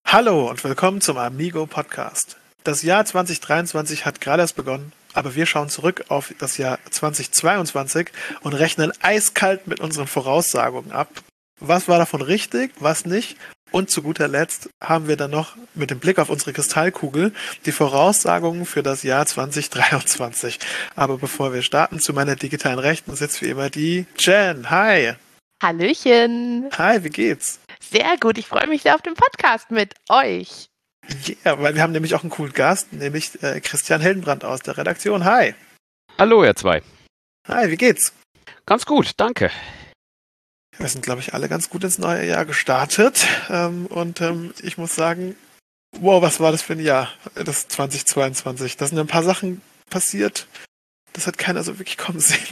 Hallo und willkommen zum Amigo Podcast. Das Jahr 2023 hat gerade erst begonnen, aber wir schauen zurück auf das Jahr 2022 und rechnen eiskalt mit unseren Voraussagungen ab. Was war davon richtig, was nicht? Und zu guter Letzt haben wir dann noch mit dem Blick auf unsere Kristallkugel die Voraussagungen für das Jahr 2023. Aber bevor wir starten, zu meiner digitalen Rechten sitzt wie immer die Jen. Hi. Hallöchen. Hi, wie geht's? Sehr gut, ich freue mich sehr auf den Podcast mit euch. Ja, weil wir haben nämlich auch einen coolen Gast, nämlich Christian Hildenbrand aus der Redaktion. Hi. Hallo, ihr zwei. Hi, wie geht's? Ganz gut, danke. Wir sind, glaube ich, alle ganz gut ins neue Jahr gestartet. Ich muss sagen, wow, was war das für ein Jahr, das 2022. Da sind ein paar Sachen passiert, das hat keiner so wirklich kommen sehen.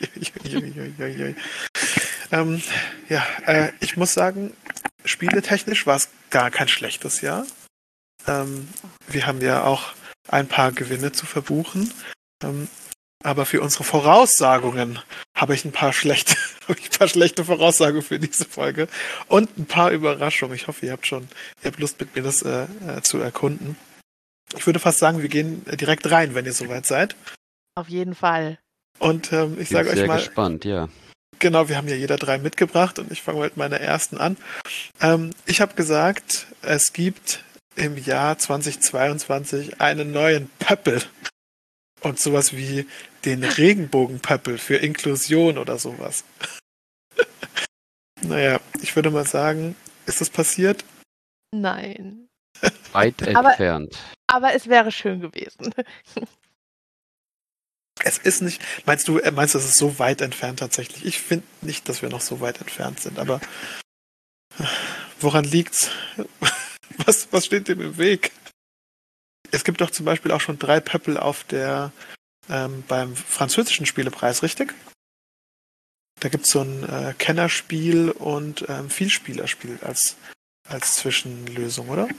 Ich muss sagen, spieletechnisch war es gar kein schlechtes Jahr. Wir haben ja auch ein paar Gewinne zu verbuchen. Aber für unsere Voraussagungen habe ich ein paar schlechte Voraussagungen für diese Folge und ein paar Überraschungen. Ich hoffe, ihr habt Lust mit mir das zu erkunden. Ich würde fast sagen, wir gehen direkt rein, wenn ihr soweit seid. Auf jeden Fall. Und ich sage euch mal. Ich bin sehr gespannt, ja. Genau, wir haben ja jeder 3 mitgebracht und ich fange mit meiner ersten an. Ich habe gesagt, es gibt im Jahr 2022 einen neuen Pöppel. Und sowas wie den Regenbogenpöppel für Inklusion oder sowas. Naja, ich würde mal sagen, ist das passiert? Nein. Weit entfernt. Aber es wäre schön gewesen. Es ist nicht. Meinst du, es ist so weit entfernt tatsächlich? Ich finde nicht, dass wir noch so weit entfernt sind, aber woran liegt's? Was steht dem im Weg? Es gibt doch zum Beispiel auch schon 3 Pöppel auf beim französischen Spielepreis, richtig? Da gibt es so ein Kennerspiel und Vielspielerspiel als Zwischenlösung, oder?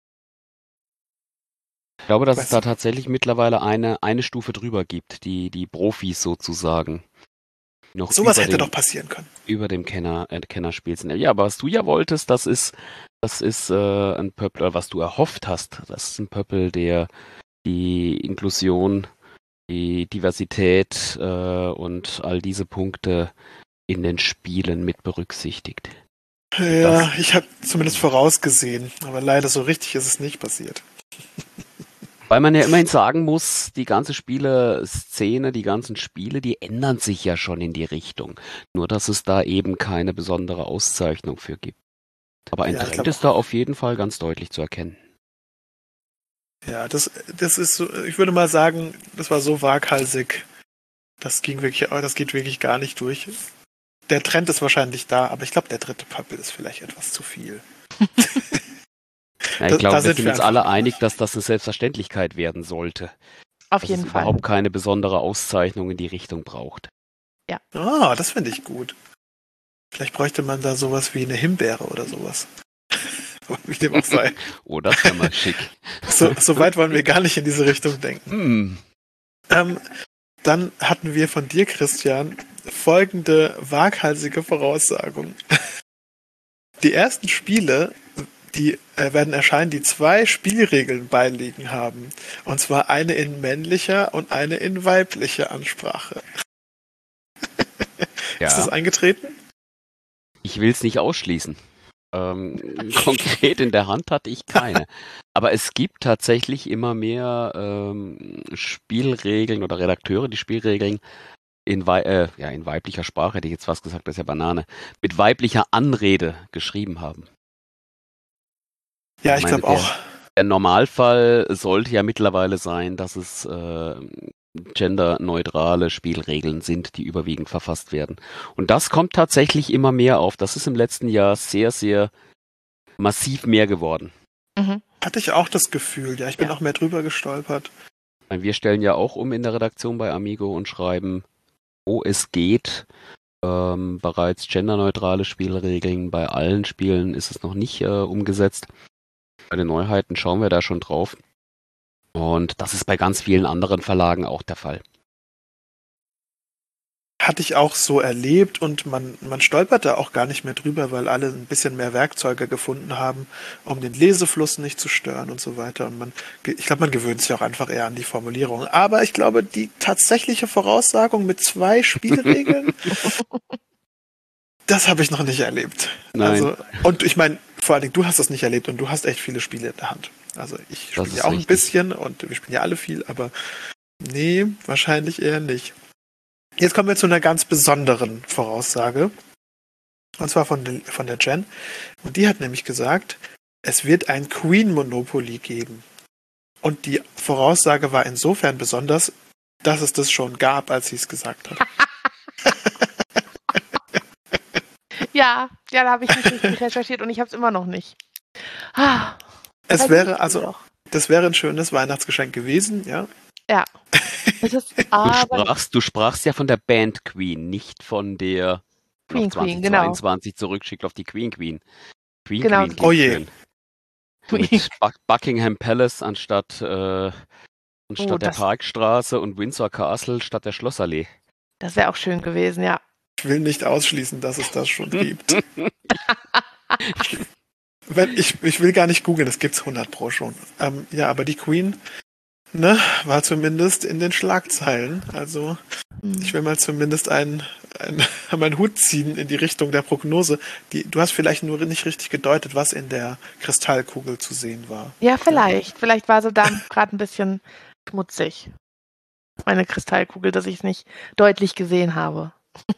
Ich glaube, dass es da tatsächlich mittlerweile eine Stufe drüber gibt, die Profis sozusagen. Noch sowas hätte doch passieren können. Über dem Kennerspiel sind. Ja, aber was du ja wolltest, das ist ein Pöppel, oder was du erhofft hast, das ist ein Pöppel, der die Inklusion, die Diversität und all diese Punkte in den Spielen mit berücksichtigt. Ja, ich habe zumindest vorausgesehen, aber leider so richtig ist es nicht passiert. Weil man ja immerhin sagen muss, die ganze Spieleszene, die ganzen Spiele, die ändern sich ja schon in die Richtung. Nur, dass es da eben keine besondere Auszeichnung für gibt. Aber ein Trend ist da auf jeden Fall ganz deutlich zu erkennen. Ja, das ist so, ich würde mal sagen, das war so waghalsig. Das geht wirklich gar nicht durch. Der Trend ist wahrscheinlich da, aber ich glaube, der 3. Pöppel ist vielleicht etwas zu viel. Ja, ich glaube, wir sind uns alle einig, dass das eine Selbstverständlichkeit werden sollte. Auf jeden Fall. Dass es überhaupt keine besondere Auszeichnung in die Richtung braucht. Ja. Ah, das finde ich gut. Vielleicht bräuchte man da sowas wie eine Himbeere oder sowas. Wie dem auch sei. Oh, das wäre mal schick. So weit wollen wir gar nicht in diese Richtung denken. Dann hatten wir von dir, Christian, folgende waghalsige Voraussagung. Die ersten Spiele, die werden erscheinen, die 2 Spielregeln beiliegen haben. Und zwar eine in männlicher und eine in weiblicher Ansprache. Ja. Ist das eingetreten? Ich will es nicht ausschließen. Konkret in der Hand hatte ich keine. Aber es gibt tatsächlich immer mehr Spielregeln oder Redakteure, die Spielregeln in weiblicher Sprache, hätte ich jetzt fast gesagt, das ist ja Banane, mit weiblicher Anrede geschrieben haben. Ja, ich glaube auch. Der Normalfall sollte ja mittlerweile sein, dass es genderneutrale Spielregeln sind, die überwiegend verfasst werden. Und das kommt tatsächlich immer mehr auf. Das ist im letzten Jahr sehr, sehr massiv mehr geworden. Mhm. Hatte ich auch das Gefühl, ja. Ich bin auch mehr drüber gestolpert. Wir stellen ja auch in der Redaktion bei Amigo und schreiben, wo es geht, bereits genderneutrale Spielregeln. Bei allen Spielen ist es noch nicht umgesetzt. Bei den Neuheiten schauen wir da schon drauf. Und das ist bei ganz vielen anderen Verlagen auch der Fall. hatte ich auch so erlebt und man stolperte auch gar nicht mehr drüber, weil alle ein bisschen mehr Werkzeuge gefunden haben, um den Lesefluss nicht zu stören und so weiter. Und ich glaube, man gewöhnt sich auch einfach eher an die Formulierung. Aber ich glaube, die tatsächliche Voraussagung mit 2 Spielregeln, das habe ich noch nicht erlebt. Nein. Also, und ich meine, vor allen Dingen, du hast das nicht erlebt und du hast echt viele Spiele in der Hand. Also ich spiele ja auch ein bisschen und wir spielen ja alle viel, aber nee, wahrscheinlich eher nicht. Jetzt kommen wir zu einer ganz besonderen Voraussage. Und zwar von der Jen. Und die hat nämlich gesagt, es wird ein Queen Monopoly geben. Und die Voraussage war insofern besonders, dass es das schon gab, als sie es gesagt hat. Ja, da habe ich nicht richtig recherchiert und ich habe es immer noch nicht. Das wäre ein schönes Weihnachtsgeschenk gewesen, ja. Ja. Du sprachst ja von der Band Queen, nicht von der Queen, 2022 zurückschickt auf die Queen. Queen Queen. Oh je. Mit Buckingham Palace anstatt der Parkstraße und Windsor Castle statt der Schlossallee. Das wäre auch schön gewesen, ja. Ich will nicht ausschließen, dass es das schon gibt. Ich will gar nicht googeln, das gibt's 100 Pro schon. Ja, aber die Queen, ne, war zumindest in den Schlagzeilen. Also ich will mal zumindest meinen Hut ziehen in die Richtung der Prognose. Du hast vielleicht nur nicht richtig gedeutet, was in der Kristallkugel zu sehen war. Ja, vielleicht. Ja. Vielleicht war sie da gerade ein bisschen schmutzig. Meine Kristallkugel, dass ich es nicht deutlich gesehen habe.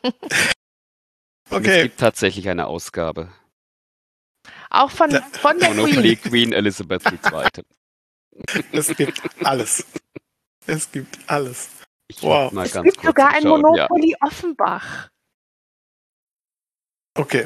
Okay. Es gibt tatsächlich eine Ausgabe. Auch von der Monopoly Queen Elizabeth II. Es gibt alles. Es gibt alles. Wow. Es gibt sogar ein Monopoly Offenbach. Okay.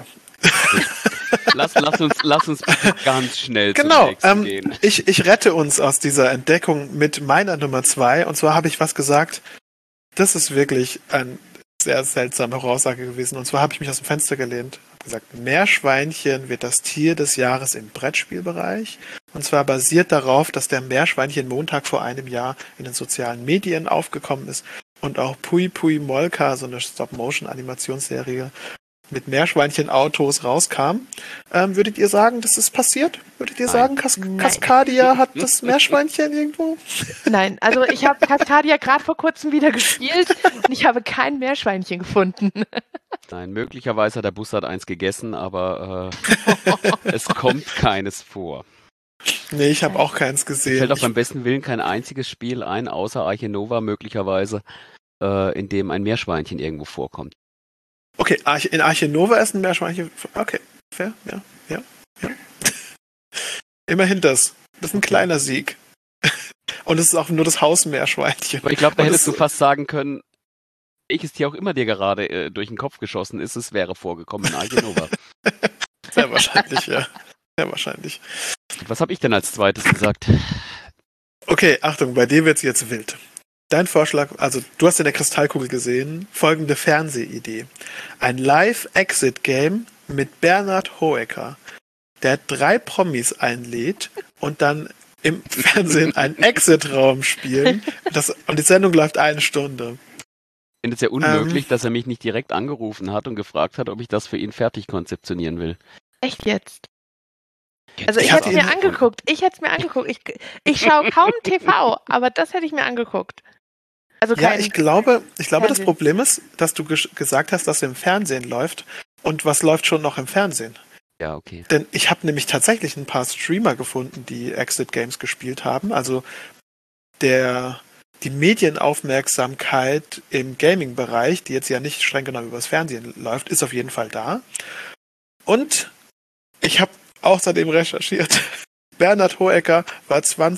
Lass uns ganz schnell zum nächsten gehen. Ich rette uns aus dieser Entdeckung mit meiner Nummer 2. Und zwar habe ich was gesagt, das ist wirklich eine sehr seltsame Voraussage gewesen. Und zwar habe ich mich aus dem Fenster gelehnt, habe gesagt, Meerschweinchen wird das Tier des Jahres im Brettspielbereich. Und zwar basiert darauf, dass der Meerschweinchen-Montag vor einem Jahr in den sozialen Medien aufgekommen ist und auch Pui Pui Molka, so eine Stop-Motion-Animationsserie mit Meerschweinchen-Autos rauskam. Würdet ihr sagen, das ist passiert? Würdet ihr sagen, Cascadia hat das Meerschweinchen irgendwo? Nein, also ich habe Cascadia gerade vor kurzem wieder gespielt und ich habe kein Meerschweinchen gefunden. Nein, möglicherweise hat der Bussard eins gegessen, aber es kommt keines vor. Nee, ich habe auch keins gesehen. Mir fällt auch beim besten Willen kein einziges Spiel ein, außer Arche Nova möglicherweise, in dem ein Meerschweinchen irgendwo vorkommt. Okay, in Arche Nova ist ein Meerschweinchen. Okay, fair, ja. Immerhin das. Das ist ein kleiner Sieg. Und es ist auch nur das Hausmeerschweinchen. Aber ich glaube, da hättest du fast sagen können, welches Tier auch immer dir gerade durch den Kopf geschossen ist, es wäre vorgekommen in Arche Nova. Sehr wahrscheinlich, ja. Sehr wahrscheinlich. Was habe ich denn als zweites gesagt? Okay, Achtung, bei dir wird's jetzt wild. Dein Vorschlag, also du hast in der Kristallkugel gesehen, folgende Fernsehidee. Ein Live-Exit-Game mit Bernhard Hoeker, der 3 Promis einlädt und dann im Fernsehen einen Exit-Raum spielen. Und die Sendung läuft 1 Stunde. Ich finde es ja unmöglich, dass er mich nicht direkt angerufen hat und gefragt hat, ob ich das für ihn fertig konzeptionieren will. Echt jetzt? Also ich hätte es mir angeguckt. Ich schaue kaum TV, aber das hätte ich mir angeguckt. Also ja, ich glaube, das Problem ist, dass du gesagt hast, dass er im Fernsehen läuft. Und was läuft schon noch im Fernsehen? Ja, okay. Denn ich habe nämlich tatsächlich ein paar Streamer gefunden, die Exit Games gespielt haben. Also die Medienaufmerksamkeit im Gaming-Bereich, die jetzt ja nicht streng genommen übers Fernsehen läuft, ist auf jeden Fall da. Und ich habe außerdem recherchiert, Bernhard Hoeker war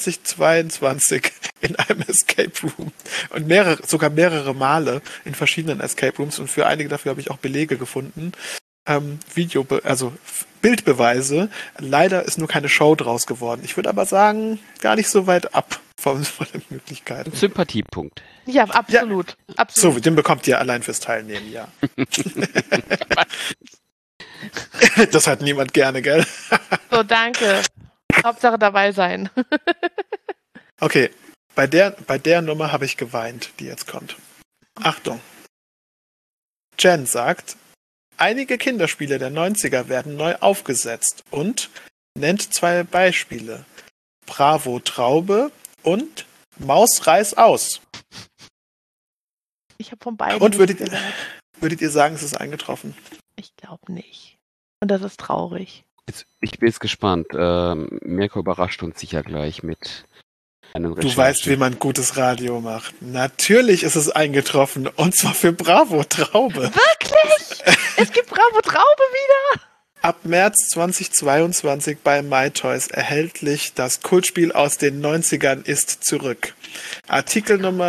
2022 in einem Escape Room und sogar mehrere Male in verschiedenen Escape Rooms und für einige dafür habe ich auch Belege gefunden. Bildbeweise. Leider ist nur keine Show draus geworden. Ich würde aber sagen, gar nicht so weit ab von den Möglichkeiten. Sympathiepunkt. Ja, absolut. Ja. Absolut. So, den bekommt ihr allein fürs Teilnehmen, ja. Das hat niemand gerne, gell? So, danke. Hauptsache dabei sein. Okay, bei der Nummer habe ich geweint, die jetzt kommt. Achtung. Jen sagt, einige Kinderspiele der 90er werden neu aufgesetzt und nennt 2 Beispiele. Bravo Traube und Maus Reiß aus. Ich habe von beiden Und würdet ihr sagen, es ist eingetroffen? Ich glaube nicht. Und das ist traurig. Ich bin jetzt gespannt. Mirko überrascht uns sicher gleich mit einem Recherchen. Du weißt, wie man gutes Radio macht. Natürlich ist es eingetroffen. Und zwar für Bravo Traube. Wirklich? Es gibt Bravo Traube wieder? Ab März 2022 bei MyToys erhältlich. Das Kultspiel aus den 90ern ist zurück. Artikel Nummer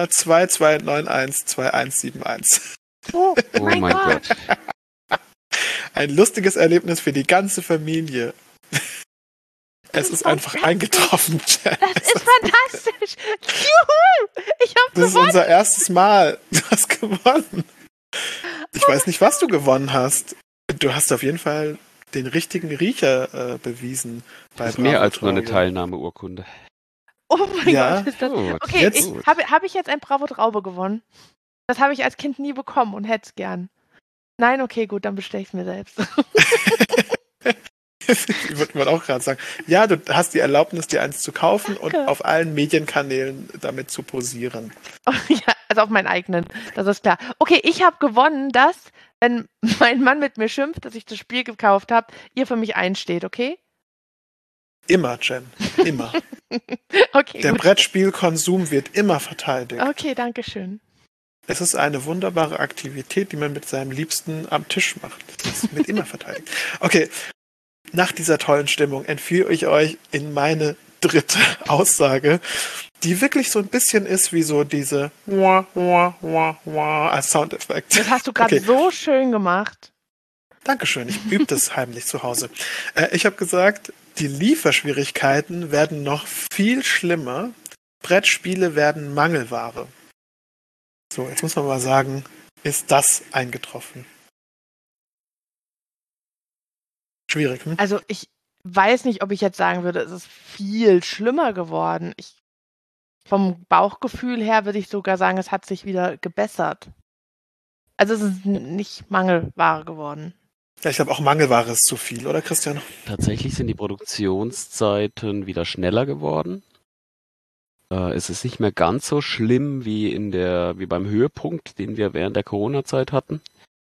22912171. Oh mein Gott. Ein lustiges Erlebnis für die ganze Familie. Es ist einfach eingetroffen, Jen. Das ist fantastisch. Juhu! Ich habe Das ist gewonnen. unser erstes Mal. Du hast gewonnen. Ich weiß nicht, was du gewonnen hast. Du hast auf jeden Fall den richtigen Riecher bewiesen. Das ist mehr als nur eine Teilnahmeurkunde. Oh mein Ja. Gott, ist das... Gut. Okay, Jetzt- habe ich jetzt ein Bravo Traube gewonnen? Das habe ich als Kind nie bekommen und hätte es gern. Nein, okay, gut, dann bestelle ich es mir selbst. Ich würde auch gerade sagen. Ja, du hast die Erlaubnis, dir eins zu kaufen und Danke. auf allen Medienkanälen damit zu posieren. Ja, also auf meinen eigenen, das ist klar. Okay, ich habe gewonnen, dass, wenn mein Mann mit mir schimpft, dass ich das Spiel gekauft habe, ihr für mich einsteht, okay? Immer, Jen. Immer. Okay, Der gut. Brettspielkonsum wird immer verteidigt. Okay, danke schön. Es ist eine wunderbare Aktivität, die man mit seinem Liebsten am Tisch macht. Das wird immer verteidigt. Okay, nach dieser tollen Stimmung entführe ich euch in meine dritte Aussage, die wirklich so ein bisschen ist wie so diese als Soundeffekt. Das hast du gerade Okay. so schön gemacht. Dankeschön, ich übe das heimlich zu Hause. Ich habe gesagt, die Lieferschwierigkeiten werden noch viel schlimmer. Brettspiele werden Mangelware. So, jetzt muss man mal sagen, ist das eingetroffen? Schwierig, hm? Also ich weiß nicht, ob ich jetzt sagen würde, es ist viel schlimmer geworden. Vom Bauchgefühl her würde ich sogar sagen, es hat sich wieder gebessert. Also es ist nicht Mangelware geworden. Ja, ich glaube auch Mangelware ist zu viel, oder Christian? Tatsächlich sind die Produktionszeiten wieder schneller geworden. Es ist nicht mehr ganz so schlimm wie wie beim Höhepunkt, den wir während der Corona-Zeit hatten.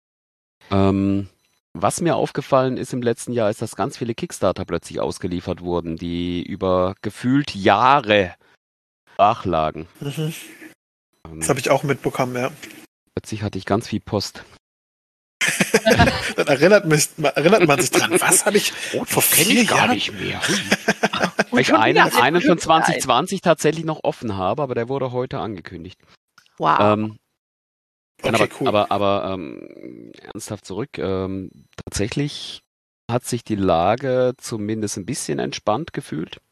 Was mir aufgefallen ist im letzten Jahr, ist, dass ganz viele Kickstarter plötzlich ausgeliefert wurden, die über gefühlt Jahre brach lagen. Mhm. Das habe ich auch mitbekommen, ja. Plötzlich hatte ich ganz viel Post. Dann erinnert man sich dran. Was habe ich vor 4 Jahren? nicht mehr. Und Weil ich schon wieder einen von ein- 2020 tatsächlich noch offen habe, aber der wurde heute angekündigt. Wow. Nein, Okay, cool. aber ernsthaft zurück. Tatsächlich hat sich die Lage zumindest ein bisschen entspannt gefühlt.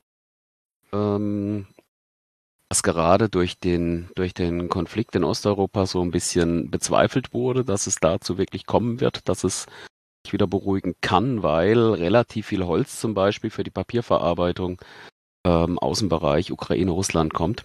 Was gerade durch den Konflikt in Osteuropa so ein bisschen bezweifelt wurde, dass es dazu wirklich kommen wird, dass es sich wieder beruhigen kann, weil relativ viel Holz zum Beispiel für die Papierverarbeitung aus dem Bereich Ukraine-Russland kommt.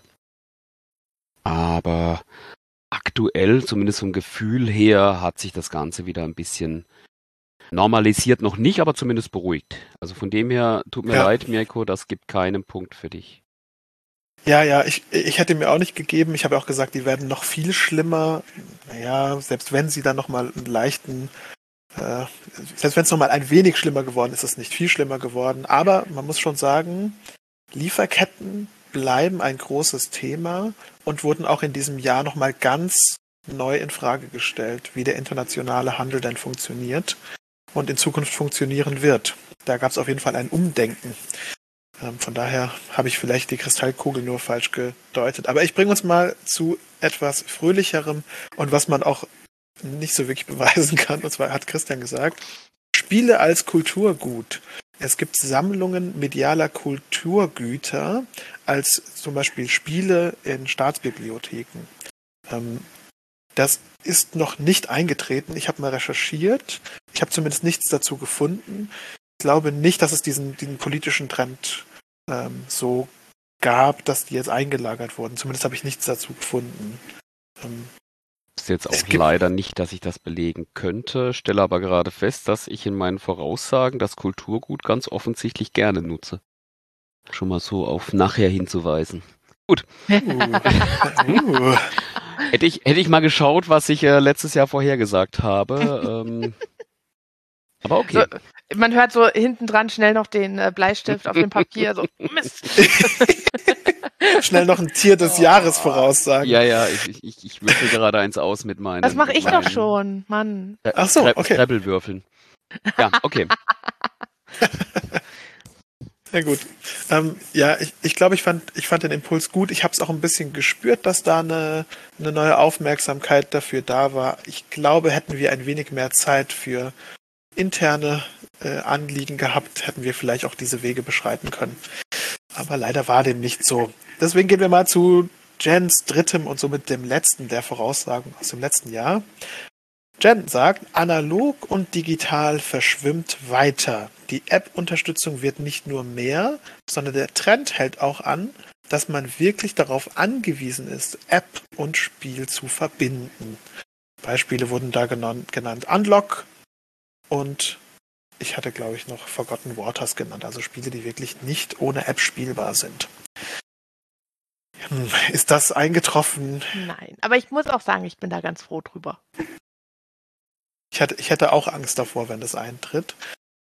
Aber aktuell, zumindest vom Gefühl her, hat sich das Ganze wieder ein bisschen normalisiert, noch nicht, aber zumindest beruhigt. Also von dem her, tut mir leid, Mirko, das gibt keinen Punkt für dich. Ja, ich hätte mir auch nicht gegeben. Ich habe auch gesagt, die werden noch viel schlimmer. Naja, selbst wenn sie dann nochmal einen leichten, selbst wenn es nochmal ein wenig schlimmer geworden ist, ist es nicht viel schlimmer geworden. Aber man muss schon sagen, Lieferketten bleiben ein großes Thema und wurden auch in diesem Jahr nochmal ganz neu in Frage gestellt, wie der internationale Handel denn funktioniert und in Zukunft funktionieren wird. Da gab es auf jeden Fall ein Umdenken. Von daher habe ich vielleicht die Kristallkugel nur falsch gedeutet. Aber ich bringe uns mal zu etwas Fröhlicherem und was man auch nicht so wirklich beweisen kann. Und zwar hat Christian gesagt, Spiele als Kulturgut. Es gibt Sammlungen medialer Kulturgüter als zum Beispiel Spiele in Staatsbibliotheken. Das ist noch nicht eingetreten. Ich habe mal recherchiert. Ich habe zumindest nichts dazu gefunden. Ich glaube nicht, dass es diesen politischen Trend so gab, dass die jetzt eingelagert wurden. Zumindest habe ich nichts dazu gefunden. Ist jetzt Es auch gibt, leider nicht, dass ich das belegen könnte, stelle aber gerade fest, dass ich in meinen Voraussagen das Kulturgut ganz offensichtlich gerne nutze. Schon mal so auf nachher hinzuweisen. Gut, uh, uh, hätte ich mal geschaut, was ich letztes Jahr vorhergesagt habe. Aber So, okay. man hört so hinten dran schnell noch den Bleistift auf dem Papier, so Mist. schnell noch ein Tier des Jahres voraussagen. Ja, ich würfel gerade eins aus mit meinen, Das mache mit ich doch meinen schon, Mann. Ach so, okay. Scrabble-Würfeln. Ja, okay. Ja gut. Ja, ich glaube, ich fand den Impuls gut. Ich habe es auch ein bisschen gespürt, dass da eine neue Aufmerksamkeit dafür da war. Ich glaube, hätten wir ein wenig mehr Zeit für interne Anliegen gehabt, hätten wir vielleicht auch diese Wege beschreiten können. Aber leider war dem nicht so. Deswegen gehen wir mal zu Jens drittem und somit dem letzten der Voraussagen aus dem letzten Jahr. Jen sagt, analog und digital verschwimmt weiter. Die App-Unterstützung wird nicht nur mehr, sondern der Trend hält auch an, dass man wirklich darauf angewiesen ist, App und Spiel zu verbinden. Beispiele wurden da genannt Unlock und ich hatte, glaube ich, noch Forgotten Waters genannt, also Spiele, die wirklich nicht ohne App spielbar sind. Ist das eingetroffen? Nein, aber ich muss auch sagen, ich bin da ganz froh drüber. Ich hätte auch Angst davor, wenn das eintritt.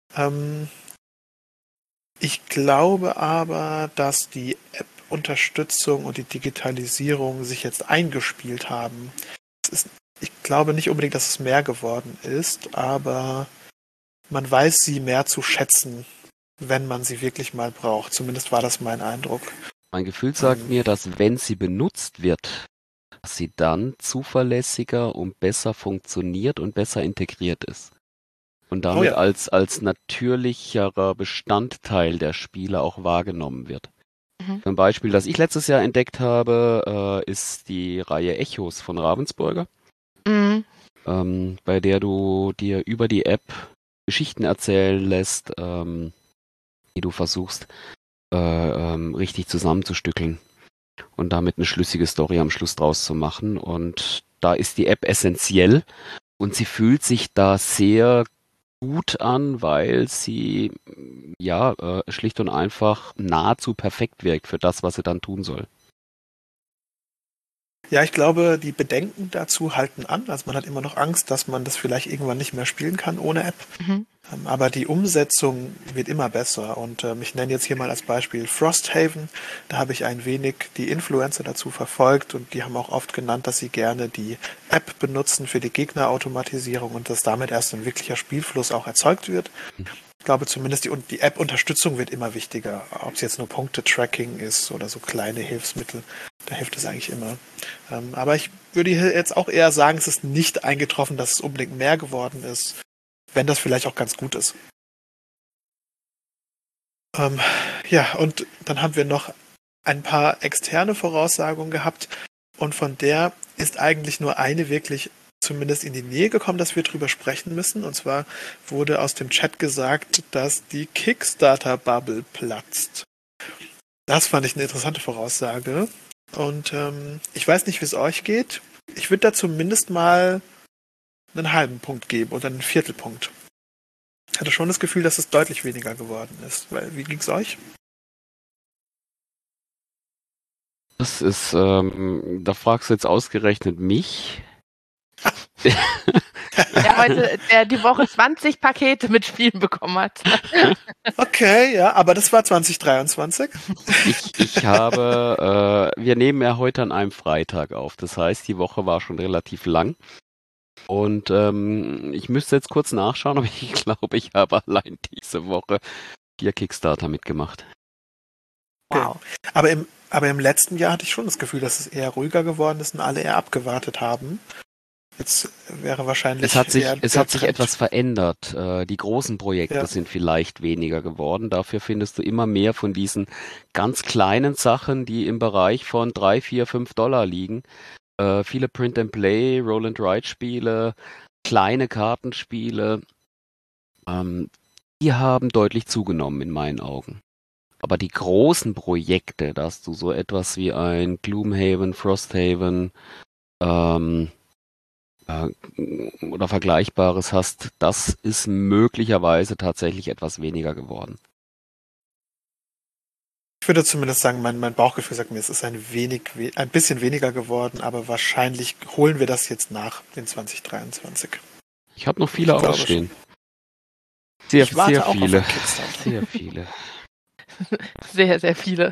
Ich glaube aber, dass die App-Unterstützung und die Digitalisierung sich jetzt eingespielt haben. Ich glaube nicht unbedingt, dass es mehr geworden ist, aber man weiß sie mehr zu schätzen, wenn man sie wirklich mal braucht. Zumindest war das mein Eindruck. Mein Gefühl sagt mir, dass wenn sie benutzt wird, dass sie dann zuverlässiger und besser funktioniert und besser integriert ist. Und damit als natürlicherer Bestandteil der Spiele auch wahrgenommen wird. Mhm. Ein Beispiel, das ich letztes Jahr entdeckt habe, ist die Reihe Echos von Ravensburger, bei der du dir über die App Geschichten erzählen lässt, die du versuchst richtig zusammenzustückeln und damit eine schlüssige Story am Schluss draus zu machen. Und da ist die App essentiell und sie fühlt sich da sehr gut an, weil sie schlicht und einfach nahezu perfekt wirkt für das, was sie dann tun soll. Ja, ich glaube, die Bedenken dazu halten an. Also man hat immer noch Angst, dass man das vielleicht irgendwann nicht mehr spielen kann ohne App. Mhm. Aber die Umsetzung wird immer besser. Und ich nenne jetzt hier mal als Beispiel Frosthaven. Da habe ich ein wenig die Influencer dazu verfolgt und die haben auch oft genannt, dass sie gerne die App benutzen für die Gegnerautomatisierung und dass damit erst ein wirklicher Spielfluss auch erzeugt wird. Ich glaube zumindest die App-Unterstützung wird immer wichtiger. Ob es jetzt nur Punkte-Tracking ist oder so kleine Hilfsmittel, da hilft es eigentlich immer. Aber ich würde jetzt auch eher sagen, es ist nicht eingetroffen, dass es unbedingt mehr geworden ist. Wenn das vielleicht auch ganz gut ist. Ja, und dann haben wir noch ein paar externe Voraussagungen gehabt und von der ist eigentlich nur eine wirklich zumindest in die Nähe gekommen, dass wir drüber sprechen müssen. Und zwar wurde aus dem Chat gesagt, dass die Kickstarter-Bubble platzt. Das fand ich eine interessante Voraussage. Und ich weiß nicht, wie es euch geht. Ich würde da zumindest mal einen halben Punkt geben oder einen Viertelpunkt. Ich hatte schon das Gefühl, dass es deutlich weniger geworden ist. Wie ging es euch? Das ist, da fragst du jetzt ausgerechnet mich. Der heute die Woche 20 Pakete mit Spielen bekommen hat. Okay, ja, aber das war 2023. Wir nehmen ja heute an einem Freitag auf. Das heißt, die Woche war schon relativ lang. Und ich müsste jetzt kurz nachschauen, aber ich glaube, ich habe allein diese Woche 4 Kickstarter mitgemacht. Wow. Okay. Aber im letzten Jahr hatte ich schon das Gefühl, dass es eher ruhiger geworden ist und alle eher abgewartet haben. Jetzt wäre wahrscheinlich. Es hat sich etwas verändert. Die großen Projekte sind vielleicht weniger geworden. Dafür findest du immer mehr von diesen ganz kleinen Sachen, die im Bereich von $3, $4, $5 liegen. Viele Print-and-Play, Roll-and-Ride-Spiele, kleine Kartenspiele, die haben deutlich zugenommen in meinen Augen. Aber die großen Projekte, dass du so etwas wie ein Gloomhaven, Frosthaven, oder Vergleichbares hast, das ist möglicherweise tatsächlich etwas weniger geworden. Ich würde zumindest sagen, mein Bauchgefühl sagt mir, es ist ein bisschen weniger geworden, aber wahrscheinlich holen wir das jetzt nach in 2023. Ich habe noch viele Ich glaube ausstehen. Sehr, Ich warte sehr auch viele. auf einen Kickstarter. Sehr viele. Sehr, sehr viele.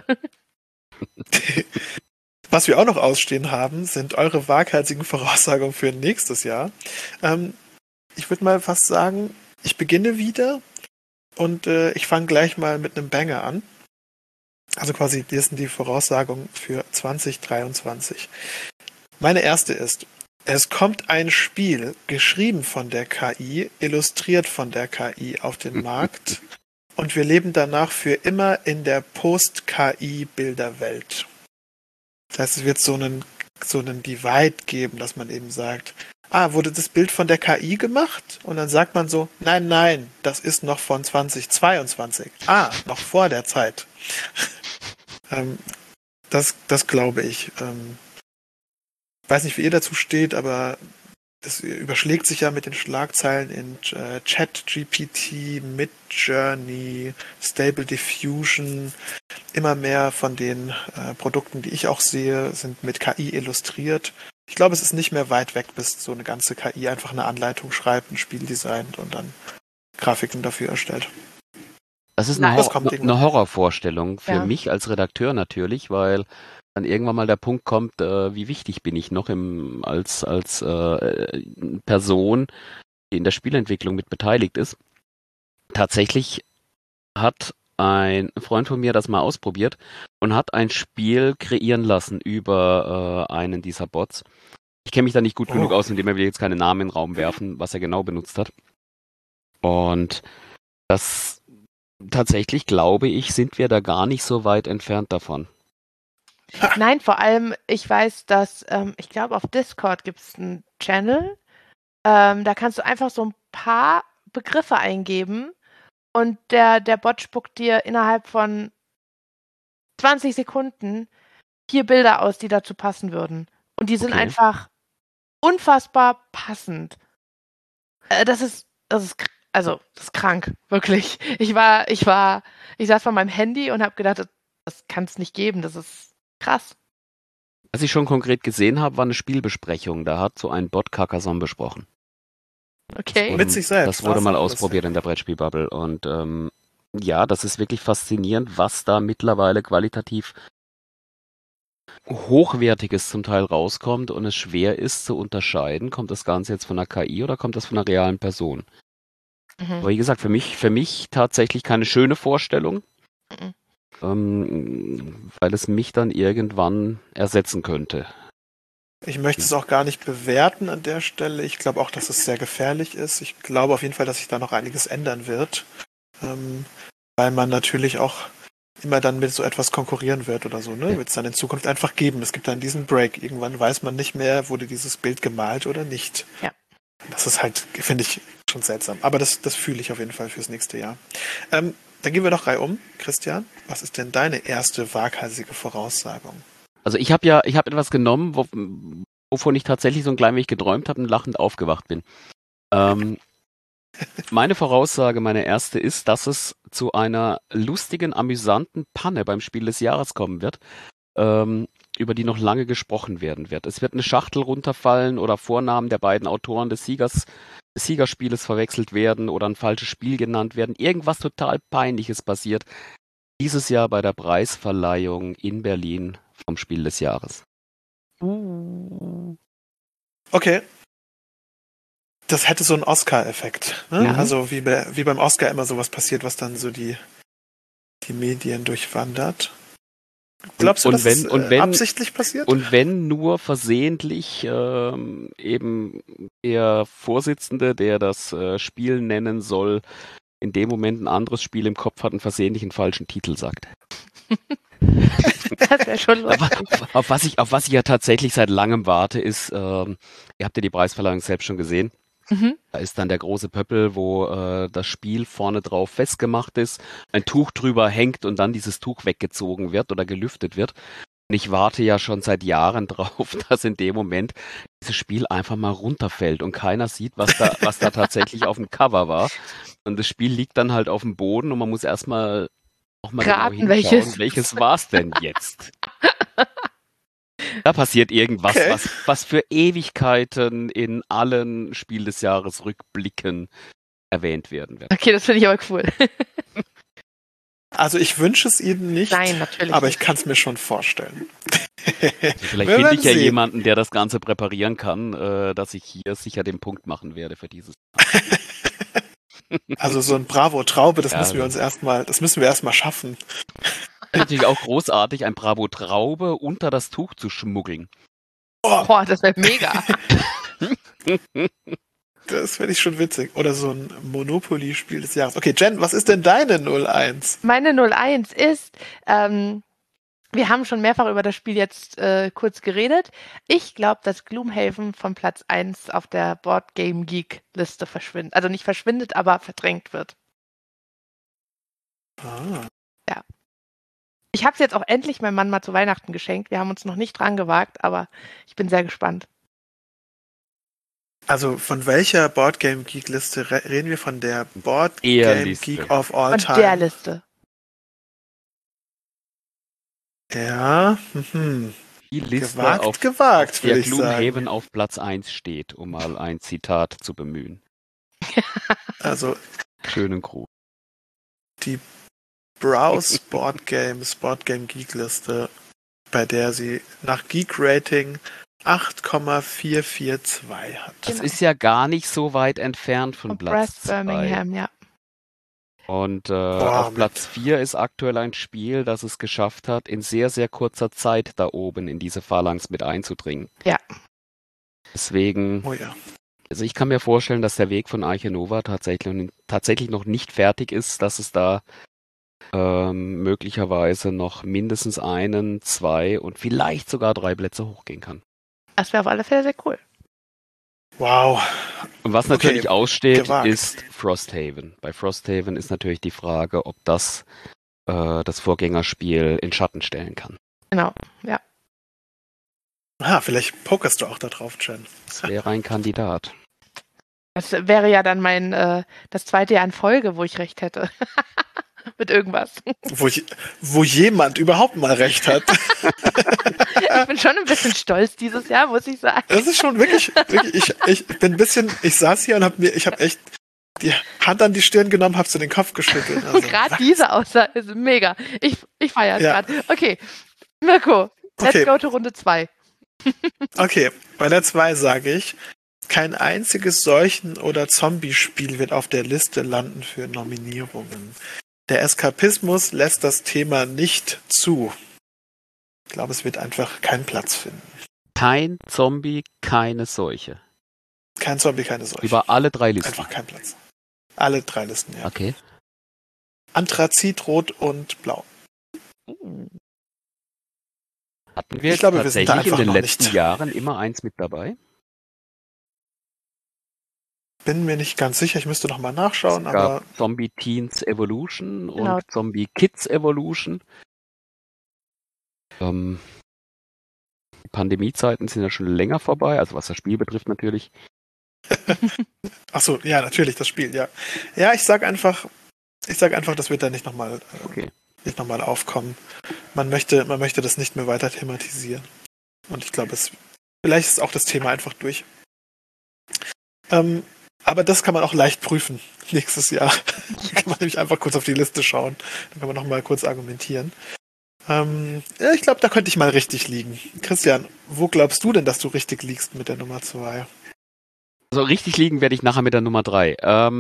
Was wir auch noch ausstehen haben, sind eure waghalsigen Voraussagungen für nächstes Jahr. Ich würde mal fast sagen, ich beginne wieder und ich fange gleich mal mit einem Banger an. Also quasi, das sind die Voraussagungen für 2023. Meine erste ist, es kommt ein Spiel, geschrieben von der KI, illustriert von der KI auf den Markt und wir leben danach für immer in der Post-KI-Bilderwelt. Das heißt, es wird so einen Divide geben, dass man eben sagt, wurde das Bild von der KI gemacht? Und dann sagt man so, nein, das ist noch von 2022. Noch vor der Zeit. Das glaube ich. Weiß nicht, wie ihr dazu steht, aber das überschlägt sich ja mit den Schlagzeilen in ChatGPT, Midjourney, Stable Diffusion. Immer mehr von den Produkten, die ich auch sehe, sind mit KI illustriert. Ich glaube, es ist nicht mehr weit weg, bis so eine ganze KI einfach eine Anleitung schreibt, ein Spiel designt und dann Grafiken dafür erstellt. Das ist Nein. eine Horrorvorstellung für Ja. mich als Redakteur natürlich, weil dann irgendwann mal der Punkt kommt, wie wichtig bin ich noch als Person, die in der Spielentwicklung mit beteiligt ist. Tatsächlich hat ein Freund von mir das mal ausprobiert und hat ein Spiel kreieren lassen über einen dieser Bots. Ich kenne mich da nicht gut genug aus, indem wir jetzt keine Namen in den Raum werfen, was er genau benutzt hat. Und das tatsächlich, glaube ich, sind wir da gar nicht so weit entfernt davon. Nein, vor allem, ich weiß, dass, ich glaube, auf Discord gibt es einen Channel, da kannst du einfach so ein paar Begriffe eingeben und der Bot spuckt dir innerhalb von 20 Sekunden 4 Bilder aus, die dazu passen würden. Und die sind Okay. einfach unfassbar passend. Das ist krank, wirklich. Ich saß vor meinem Handy und habe gedacht, das kann es nicht geben, das ist krass. Was ich schon konkret gesehen habe, war eine Spielbesprechung. Da hat so ein Bot Carcassonne besprochen. Okay. Mit sich selbst. Das wurde mal Das- ausprobiert in der Brettspielbubble. Und ja, das ist wirklich faszinierend, was da mittlerweile qualitativ Hochwertiges zum Teil rauskommt und es schwer ist zu unterscheiden, kommt das Ganze jetzt von einer KI oder kommt das von einer realen Person. Aber wie gesagt, für mich tatsächlich keine schöne Vorstellung, weil es mich dann irgendwann ersetzen könnte. Ich möchte es auch gar nicht bewerten an der Stelle. Ich glaube auch, dass es sehr gefährlich ist. Ich glaube auf jeden Fall, dass sich da noch einiges ändern wird. Weil man natürlich auch immer dann mit so etwas konkurrieren wird oder so, ne? Ja. Wird es dann in Zukunft einfach geben. Es gibt dann diesen Break. Irgendwann weiß man nicht mehr, wurde dieses Bild gemalt oder nicht. Ja. Das ist halt, finde ich, schon seltsam. Aber das fühle ich auf jeden Fall fürs nächste Jahr. Dann gehen wir doch reihum. Christian, was ist denn deine erste waghalsige Voraussagung? Also ich habe etwas genommen, wovon ich tatsächlich so ein klein wenig geträumt habe und lachend aufgewacht bin. Meine Voraussage, meine erste ist, dass es zu einer lustigen, amüsanten Panne beim Spiel des Jahres kommen wird, über die noch lange gesprochen werden wird. Es wird eine Schachtel runterfallen oder Vornamen der beiden Autoren des Siegerspieles verwechselt werden oder ein falsches Spiel genannt werden. Irgendwas total Peinliches passiert dieses Jahr bei der Preisverleihung in Berlin vom Spiel des Jahres. Okay. Das hätte so einen Oscar-Effekt. Ne? Ja. Also wie beim Oscar immer sowas passiert, was dann so die Medien durchwandert. Glaubst du, dass es absichtlich passiert? Und wenn nur versehentlich eben der Vorsitzende, der das Spiel nennen soll, in dem Moment ein anderes Spiel im Kopf hat und versehentlich einen falschen Titel sagt. Das wäre schon lustig. Auf was ich ja tatsächlich seit langem warte, ist, ihr habt ja die Preisverleihung selbst schon gesehen. Da ist dann der große Pöppel, wo das Spiel vorne drauf festgemacht ist, ein Tuch drüber hängt und dann dieses Tuch weggezogen wird oder gelüftet wird. Und ich warte ja schon seit Jahren drauf, dass in dem Moment dieses Spiel einfach mal runterfällt und keiner sieht, was da tatsächlich auf dem Cover war. Und das Spiel liegt dann halt auf dem Boden und man muss erstmal auch mal genau Raten, hinschauen, welches war es denn jetzt? Da passiert irgendwas, Okay. was für Ewigkeiten in allen Spiel des Jahres Rückblicken erwähnt werden wird. Okay, das finde ich aber cool. Also ich wünsche es Ihnen nicht, Nein, natürlich aber nicht. ich kann es mir schon vorstellen. Also vielleicht Wir finde werden ich ja sehen. jemanden, der das Ganze präparieren kann, dass ich hier sicher den Punkt machen werde für dieses. Also so ein Bravo-Traube, das Ja, müssen wir erstmal schaffen. Natürlich auch großartig, ein Bravo Traube unter das Tuch zu schmuggeln. Boah, das wäre mega. Das finde ich schon witzig. Oder so ein Monopoly-Spiel des Jahres. Okay, Jen, was ist denn deine 01? Meine 01 ist, wir haben schon mehrfach über das Spiel jetzt kurz geredet. Ich glaube, dass Gloomhaven von Platz 1 auf der Board Game Geek Liste verschwindet. Also nicht verschwindet, aber verdrängt wird. Ah. Ich habe es jetzt auch endlich meinem Mann mal zu Weihnachten geschenkt. Wir haben uns noch nicht dran gewagt, aber ich bin sehr gespannt. Also von welcher Board Game Geek Liste reden wir? Von der Board Eher Game Liste. Geek of All Von Time? der Liste. Ja, Die Liste, gewagt, der würde ich Gloomhaven sagen. auf Platz 1 steht, um mal ein Zitat zu bemühen. Also Schönen Gruß. die Browse Board Game Geek Liste, bei der sie nach Geek Rating 8,442 hat. Das Genau. ist ja gar nicht so weit entfernt von Von Platz Brass 2. Birmingham, ja. Und Boah, auf Platz 4 ist aktuell ein Spiel, das es geschafft hat, in sehr, sehr kurzer Zeit da oben in diese Phalanx mit einzudringen. Ja. Deswegen, Oh ja. also ich kann mir vorstellen, dass der Weg von Arche Nova tatsächlich noch nicht fertig ist, dass es da möglicherweise noch mindestens 1, 2 und vielleicht sogar 3 Plätze hochgehen kann. Das wäre auf alle Fälle sehr cool. Wow. Und was natürlich aussteht, gewagt. ist Frosthaven. Bei Frosthaven ist natürlich die Frage, ob das das Vorgängerspiel in Schatten stellen kann. Genau, ja. Vielleicht pokerst du auch da drauf, Jen. Das wäre ein Kandidat. Das wäre ja dann das zweite Jahr in Folge, wo ich recht hätte. Mit irgendwas. Wo jemand überhaupt mal recht hat. Ich bin schon ein bisschen stolz dieses Jahr, muss ich sagen. Das ist schon wirklich ich bin ein bisschen, ich saß hier und ich habe echt die Hand an die Stirn genommen, habe so den Kopf geschüttelt. Also, Gerade diese Aussage ist mega. Ich feiere es Ja. gerade. Okay, Mirko, let's Okay. go to Runde 2. Okay, bei der 2 sage ich, kein einziges Seuchen- oder Zombie-Spiel wird auf der Liste landen für Nominierungen. Der Eskapismus lässt das Thema nicht zu. Ich glaube, es wird einfach keinen Platz finden. Kein Zombie, keine Seuche. Kein Zombie, keine Seuche. Über alle 3 Listen. Einfach kein Platz. Alle 3 Listen, ja. Okay. Anthrazit, Rot und Blau. Hatten wir Ich glaube, wir sind da tatsächlich in einfach den noch letzten nicht. Jahren immer eins mit dabei? Bin mir nicht ganz sicher, ich müsste noch mal nachschauen, Es gab aber Zombie Teens Evolution Genau. und Zombie Kids Evolution. Die Pandemiezeiten sind ja schon länger vorbei, also was das Spiel betrifft natürlich. ach so, ja, natürlich, das Spiel, ja. Ja, ich sag einfach, das wird da nicht nochmal Okay. nicht noch mal aufkommen. Man möchte das nicht mehr weiter thematisieren. Und ich glaube, vielleicht ist auch das Thema einfach durch. Aber das kann man auch leicht prüfen nächstes Jahr. Da kann man nämlich einfach kurz auf die Liste schauen. Dann kann man noch mal kurz argumentieren. Ja, ich glaube, da könnte ich mal richtig liegen. Christian, wo glaubst du denn, dass du richtig liegst mit der Nummer 2? Also richtig liegen werde ich nachher mit der Nummer 3.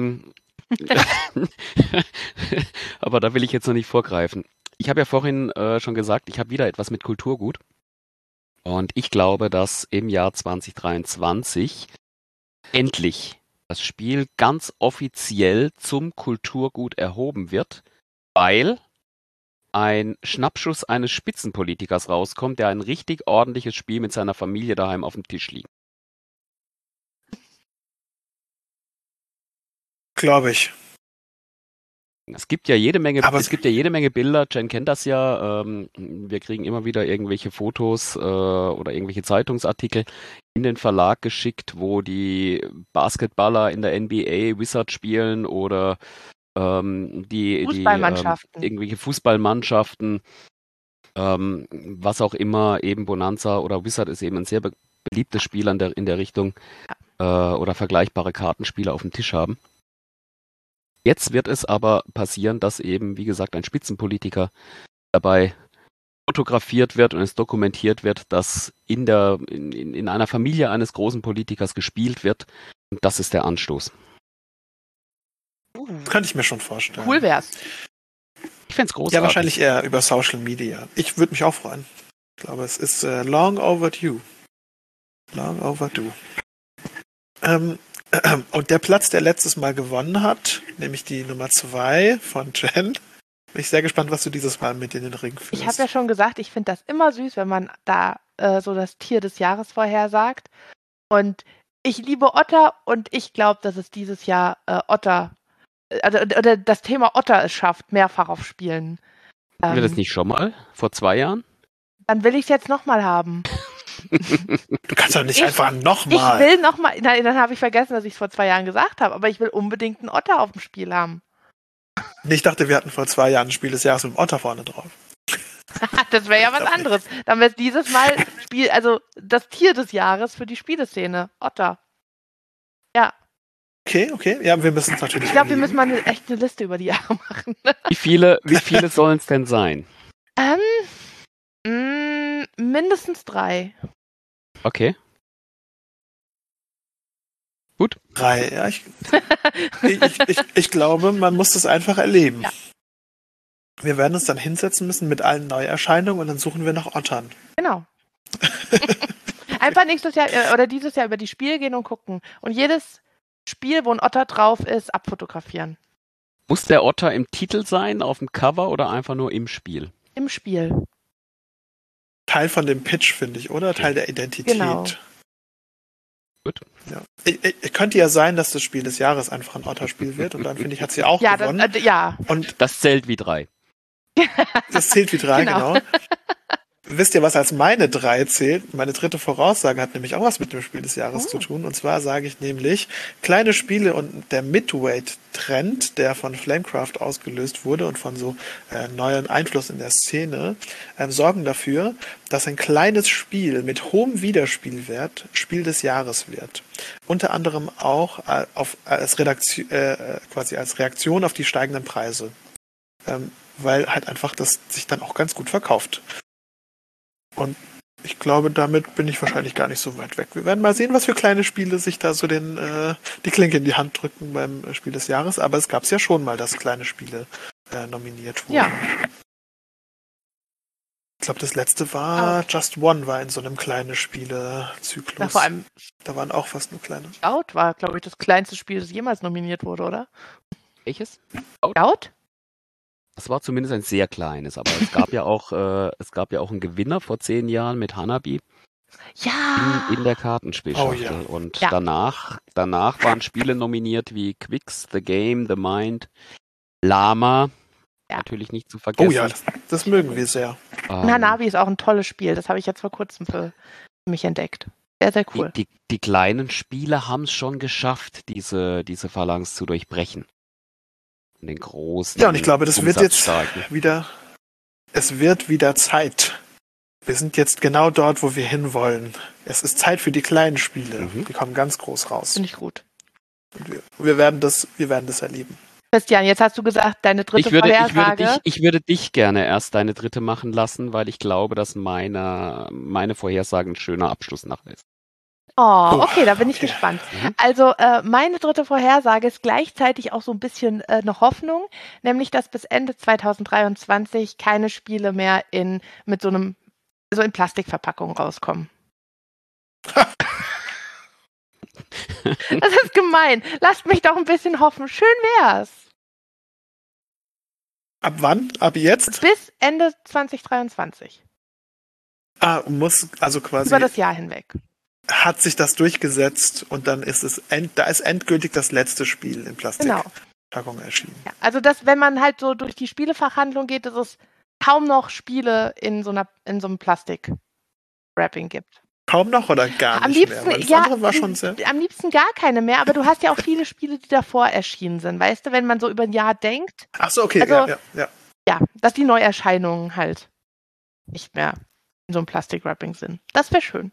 Aber da will ich jetzt noch nicht vorgreifen. Ich habe ja vorhin schon gesagt, ich habe wieder etwas mit Kulturgut. Und ich glaube, dass im Jahr 2023 endlich das Spiel ganz offiziell zum Kulturgut erhoben wird, weil ein Schnappschuss eines Spitzenpolitikers rauskommt, der ein richtig ordentliches Spiel mit seiner Familie daheim auf dem Tisch liegt. Glaube ich. Es gibt ja jede Menge, Aber es gibt ja jede Menge Bilder. Jen kennt das ja. Wir kriegen immer wieder irgendwelche Fotos oder irgendwelche Zeitungsartikel in den Verlag geschickt, wo die Basketballer in der NBA Wizard spielen oder die Fußballmannschaften. irgendwelche Fußballmannschaften, was auch immer, eben Bonanza oder Wizard ist eben ein sehr beliebtes Spiel in der Richtung oder vergleichbare Kartenspiele auf dem Tisch haben. Jetzt wird es aber passieren, dass eben, wie gesagt, ein Spitzenpolitiker dabei fotografiert wird und es dokumentiert wird, dass in einer Familie eines großen Politikers gespielt wird. Und das ist der Anstoß. Könnte ich mir schon vorstellen. Cool wär's. Ich fände es großartig. Ja, wahrscheinlich eher über Social Media. Ich würde mich auch freuen. Ich glaube, es ist long overdue. Long overdue. Und der Platz, der letztes Mal gewonnen hat, nämlich die Nummer 2 von Jen, bin ich sehr gespannt, was du dieses Mal mit in den Ring führst. Ich habe ja schon gesagt, ich finde das immer süß, wenn man da so das Tier des Jahres vorhersagt. Und ich liebe Otter und ich glaube, dass es dieses Jahr Otter, oder das Thema Otter es schafft, mehrfach auf Spielen. Hatten wir das nicht schon mal? Vor 2 Jahren? Dann will ich es jetzt nochmal haben. Du kannst doch nicht einfach Ich nochmal. will nochmal, nein, dann habe ich vergessen, dass ich es vor 2 Jahren gesagt habe, aber ich will unbedingt einen Otter auf dem Spiel haben. Ich dachte, wir hatten vor 2 Jahren ein Spiel des Jahres mit dem Otter vorne drauf. Das wäre ja was anderes. Dann wäre es dieses Mal also das Tier des Jahres für die Spieleszene. Otter. Ja. Okay. Ja, wir müssen es natürlich. Ich glaube, wir erleben. müssen mal echt eine Liste über die Jahre machen. Wie viele sollen es denn sein? Mindestens 3. Okay. Gut. 3, ja. Ich glaube, man muss das einfach erleben. Ja. Wir werden uns dann hinsetzen müssen mit allen Neuerscheinungen und dann suchen wir nach Ottern. Genau. Einfach nächstes Jahr oder dieses Jahr über die Spiele gehen und gucken. Und jedes Spiel, wo ein Otter drauf ist, abfotografieren. Muss der Otter im Titel sein, auf dem Cover oder einfach nur im Spiel? Im Spiel. Teil von dem Pitch, finde ich, oder? Teil der Identität. Genau. Gut. Ja. Könnte ja sein, dass das Spiel des Jahres einfach ein Otterspiel wird und dann, finde ich, hat sie auch Ja, gewonnen. ja. Und Das zählt wie 3. das zählt wie 3, Genau. genau. Wisst ihr, was als meine 3 zählt? Meine dritte Voraussage hat nämlich auch was mit dem Spiel des Jahres zu tun. Und zwar sage ich nämlich, kleine Spiele und der Midweight-Trend, der von Flamecraft ausgelöst wurde und von so neuen Einfluss in der Szene, sorgen dafür, dass ein kleines Spiel mit hohem Wiederspielwert Spiel des Jahres wird. Unter anderem auch als Reaktion auf die steigenden Preise. Weil halt einfach das sich dann auch ganz gut verkauft. Und ich glaube, damit bin ich wahrscheinlich gar nicht so weit weg. Wir werden mal sehen, was für kleine Spiele sich da so die Klinke in die Hand drücken beim Spiel des Jahres. Aber es gab es ja schon mal, dass kleine Spiele nominiert wurden. Ja. Ich glaube, das letzte war Just One, war in so einem kleinen Spielezyklus. Ja, vor allem Da waren auch fast nur kleine. Scout war, glaube ich, das kleinste Spiel, das jemals nominiert wurde, oder? Welches? Scout? Das war zumindest ein sehr kleines, aber es gab ja auch einen Gewinner vor 10 Jahren mit Hanabi Ja. in der Kartenspielschachtel. Oh, ja. Und Ja. danach waren Spiele nominiert wie Quicks, The Game, The Mind, Lama, Ja. natürlich nicht zu vergessen. Oh ja, das mögen wir sehr. Hanabi ist auch ein tolles Spiel. Das habe ich jetzt vor kurzem für mich entdeckt. Sehr, sehr cool. Die kleinen Spiele haben es schon geschafft, diese Phalanx zu durchbrechen. In den großen. Ja, und ich glaube, das wird jetzt Umsatzstarken. es wird wieder Zeit. Wir sind jetzt genau dort, wo wir hinwollen. Es ist Zeit für die kleinen Spiele. Mhm. Die kommen ganz groß raus. Finde ich gut. Und wir werden das erleben. Christian, jetzt hast du gesagt, deine dritte Vorhersage. Ich würde dich gerne erst deine dritte machen lassen, weil ich glaube, dass meine Vorhersage ein schöner Abschluss nachher ist. Oh, okay, da bin ich okay. gespannt. Mhm. Also meine dritte Vorhersage ist gleichzeitig auch so ein bisschen eine Hoffnung, nämlich dass bis Ende 2023 keine Spiele mehr in Plastikverpackungen rauskommen. Das ist gemein. Lasst mich doch ein bisschen hoffen. Schön wär's. Ab wann? Ab jetzt? Bis Ende 2023. Muss also quasi Über das Jahr hinweg. hat sich das durchgesetzt und dann ist da ist endgültig das letzte Spiel in Plastik. Genau. Packung erschienen. Ja, also wenn man halt so durch die Spielefachhandlung geht, dass es kaum noch Spiele in so einem Plastik-Wrapping gibt. Kaum noch oder gar Am nicht liebsten, mehr? Weil das ja, andere war schon sehr... am liebsten gar keine mehr, aber du hast ja auch viele Spiele, die davor erschienen sind. Weißt du, wenn man so über ein Jahr denkt, Ach so, okay, Also- ja. ja, dass die Neuerscheinungen halt nicht mehr in so einem Plastik-Wrapping sind. Das wäre schön.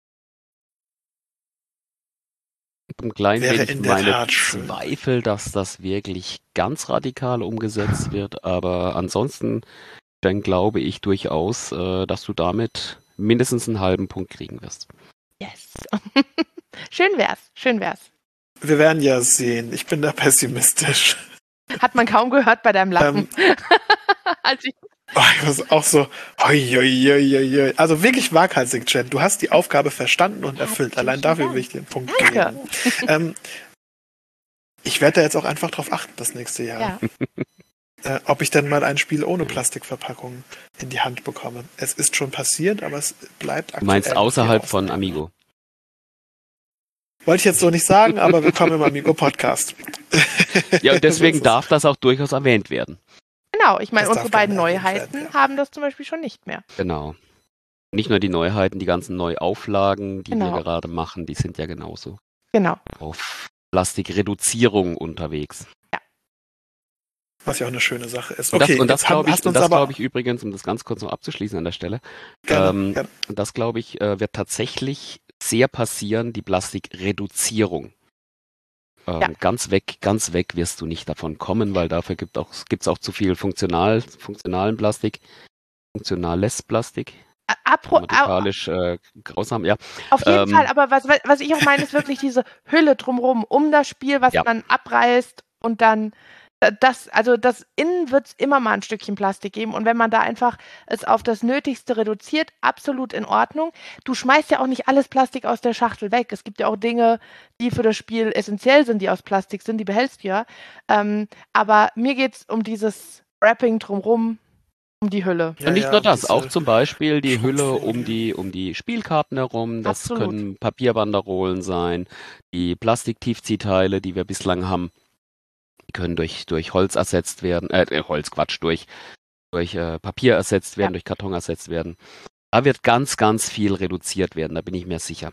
Ein klein Wäre wenig in der meine Tat schön. Zweifel, dass das wirklich ganz radikal umgesetzt wird, aber ansonsten dann glaube ich durchaus, dass du damit mindestens einen halben Punkt kriegen wirst. Yes. Schön wär's. Wir werden ja sehen. Ich bin da pessimistisch. Hat man kaum gehört bei deinem Lachen. Als ich Oh, ich muss auch so... Hoi. Also wirklich waghalsig, Jen. Du hast die Aufgabe verstanden und erfüllt. Allein dafür will ich dir einen Punkt Danke. geben. Ich werde da jetzt auch einfach drauf achten, das nächste Jahr. Ja. Ob ich denn mal ein Spiel ohne Plastikverpackung in die Hand bekomme. Es ist schon passiert, aber es bleibt aktuell. Du meinst außerhalb die von Ausnahme. Amigo? Wollte ich jetzt so nicht sagen, aber willkommen im Amigo-Podcast. Ja, und deswegen So ist es. darf das auch durchaus erwähnt werden. Genau, ich meine, Das darf unsere beiden gerne erwähnt Neuheiten werden, ja. haben das zum Beispiel schon nicht mehr. Genau. Nicht nur die Neuheiten, die ganzen Neuauflagen, die Genau. wir gerade machen, die sind ja genauso Genau. auf Plastikreduzierung unterwegs. Was ja auch eine schöne Sache ist. Und Okay, das jetzt glaube ich, hast du uns das aber... glaube ich übrigens, um das ganz kurz noch abzuschließen an der Stelle, Gerne. das glaube ich, wird tatsächlich sehr passieren, die Plastikreduzierung. Ja. Ganz weg wirst du nicht davon kommen, weil dafür gibt's auch zu viel funktionalen Plastik, funktionales Plastik, grammatikalisch grausam, ja. Auf jeden Ähm, Fall, aber was ich auch meine, ist wirklich diese Hülle drumherum, um das Spiel, was Ja. man abreißt und dann das innen wird es immer mal ein Stückchen Plastik geben und wenn man da einfach es auf das Nötigste reduziert, absolut in Ordnung. Du schmeißt ja auch nicht alles Plastik aus der Schachtel weg. Es gibt ja auch Dinge, die für das Spiel essentiell sind, die aus Plastik sind, die behältst du ja. Aber mir geht es um dieses Wrapping drumherum, um die Hülle. Und nicht nur das, diese auch zum Beispiel die Hülle Schutzfolie. um die Spielkarten herum. Das Absolut. können Papierbanderolen sein, die Plastiktiefziehteile, die wir bislang haben, die können durch Holz ersetzt werden, durch Papier ersetzt werden, Ja. durch Karton ersetzt werden. Da wird ganz, ganz viel reduziert werden, da bin ich mir sicher.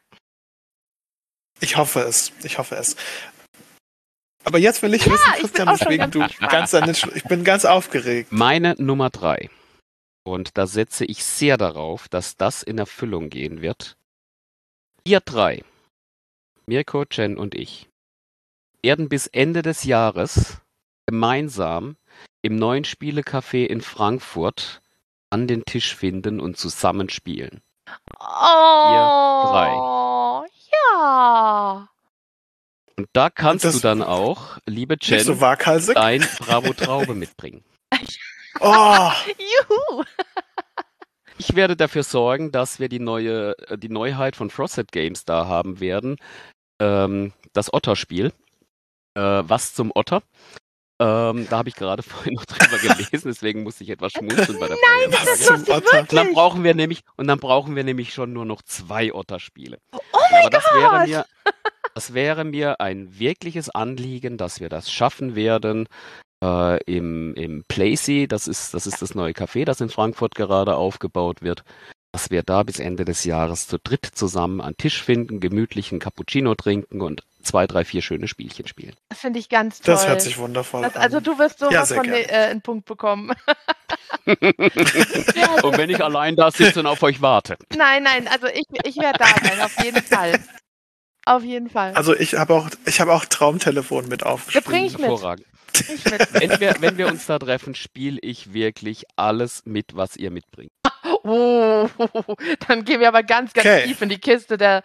Ich hoffe es. Aber jetzt will ich wissen, ich bin Christian, auch schon deswegen ganz du kannst da nicht... Ich bin ganz aufgeregt. Meine Nummer 3. Und da setze ich sehr darauf, dass das in Erfüllung gehen wird. Wir 3, Mirko, Jen und ich, werden bis Ende des Jahres gemeinsam im neuen Spielecafé in Frankfurt an den Tisch finden und zusammen spielen. Oh, ja. Und da kannst Und das- du dann auch, liebe Nicht Jen, so waghalsig. dein Bravo Traube mitbringen. Oh, Juhu. Ich werde dafür sorgen, dass wir die Neuheit von Frosted Games da haben werden. Das Otter-Spiel. Was zum Otter? Da habe ich gerade vorhin noch drüber gelesen, deswegen musste ich etwas schmunzeln bei der Das Vorhersage. ist lustig, Otter. Und dann wirklich. brauchen wir nämlich schon nur noch 2 Otter-Spiele. Oh Aber das wäre mir ein wirkliches Anliegen, dass wir das schaffen werden. Im Playsee, das ist das neue Café, das in Frankfurt gerade aufgebaut wird, dass wir da bis Ende des Jahres zu dritt zusammen an Tisch finden, gemütlichen Cappuccino trinken und 2, 3, 4 schöne Spielchen spielen. Das finde ich ganz toll. das hört sich wundervoll an. Also du wirst Ja, sowas sehr von gerne. einen Punkt bekommen. Und wenn ich allein da sitze und auf euch warte. Nein, also ich werde da sein, auf jeden Fall. Auf jeden Fall. Also ich habe auch Traumtelefon mit Ja, aufgeschrieben. bring ich mit. Hervorragend. Bring ich mit. Wenn wir uns da treffen, spiele ich wirklich alles mit, was ihr mitbringt. Oh, dann gehen wir aber ganz Okay. tief in die Kiste der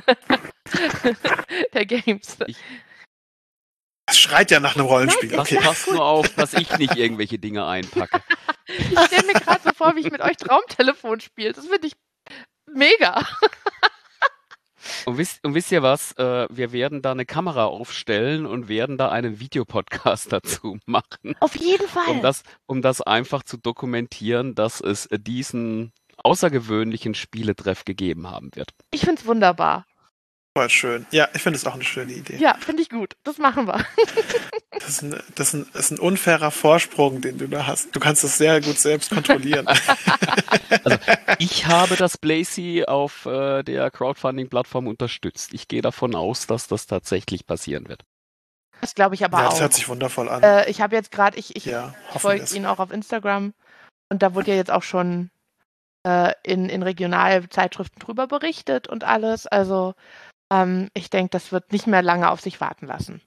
Games. Das schreit ja nach einem Rollenspiel. Passt, Okay. passt nur auf, dass ich nicht irgendwelche Dinge einpacke. Ich stelle mir gerade so vor, wie ich mit euch Traumtelefon spiele. Das finde ich mega. Und wisst ihr was? Wir werden da eine Kamera aufstellen und werden da einen Videopodcast dazu machen, Auf jeden Fall. um das einfach zu dokumentieren, dass es diesen außergewöhnlichen Spieletreff gegeben haben wird. Ich finde es wunderbar. Voll schön. Ja, ich finde es auch eine schöne Idee. Ja, finde ich gut. Das machen wir. Das ist ein unfairer Vorsprung, den du da hast. Du kannst es sehr gut selbst kontrollieren. Also, ich habe das Blazy auf der Crowdfunding-Plattform unterstützt. Ich gehe davon aus, dass das tatsächlich passieren wird. Das glaube ich aber Ja, auch. das hört sich wundervoll an. Ich habe jetzt gerade, ich Ja, hoffen wir folge es. ihn auch auf Instagram und da wurde ja jetzt auch schon in Regionalzeitschriften drüber berichtet und alles. Also ich denke, das wird nicht mehr lange auf sich warten lassen.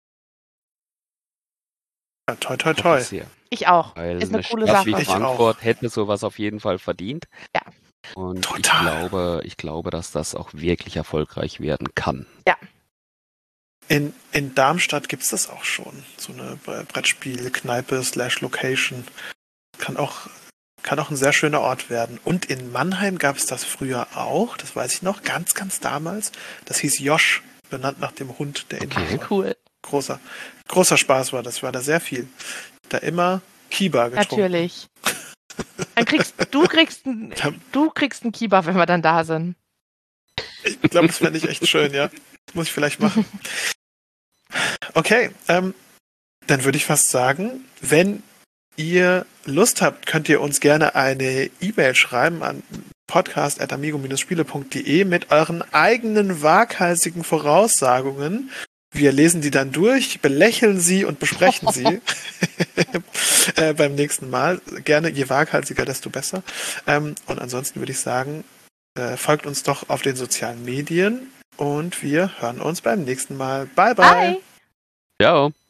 Ja, toi, toi, Hoffe toi. ich sehr. Ich auch. Weil Ist eine coole Stadt wie Sache. Ich Frankfurt auch. hätte sowas auf jeden Fall verdient. Ja. Und Total. ich glaube, dass das auch wirklich erfolgreich werden kann. Ja. In Darmstadt gibt es das auch schon. So eine Brettspiel-Kneipe / Location. Kann auch ein sehr schöner Ort werden. Und in Mannheim gab es das früher auch. Das weiß ich noch. Ganz, ganz damals. Das hieß Josh. Benannt nach dem Hund, der in Okay. Cool. Großer Spaß war das. War da sehr viel. Da immer Kiba getrunken. Natürlich. Dann kriegst einen Kiba, wenn wir dann da sind. Ich glaube, das fände ich echt schön, ja. Das muss ich vielleicht machen. Okay, dann würde ich fast sagen, wenn ihr Lust habt, könnt ihr uns gerne eine E-Mail schreiben an podcast@amigo-spiele.de mit euren eigenen waghalsigen Voraussagungen. Wir lesen die dann durch, belächeln sie und besprechen sie beim nächsten Mal. Gerne, je waghalsiger, desto besser. Und ansonsten würde ich sagen, folgt uns doch auf den sozialen Medien und wir hören uns beim nächsten Mal. Bye, bye. Bye. Ciao.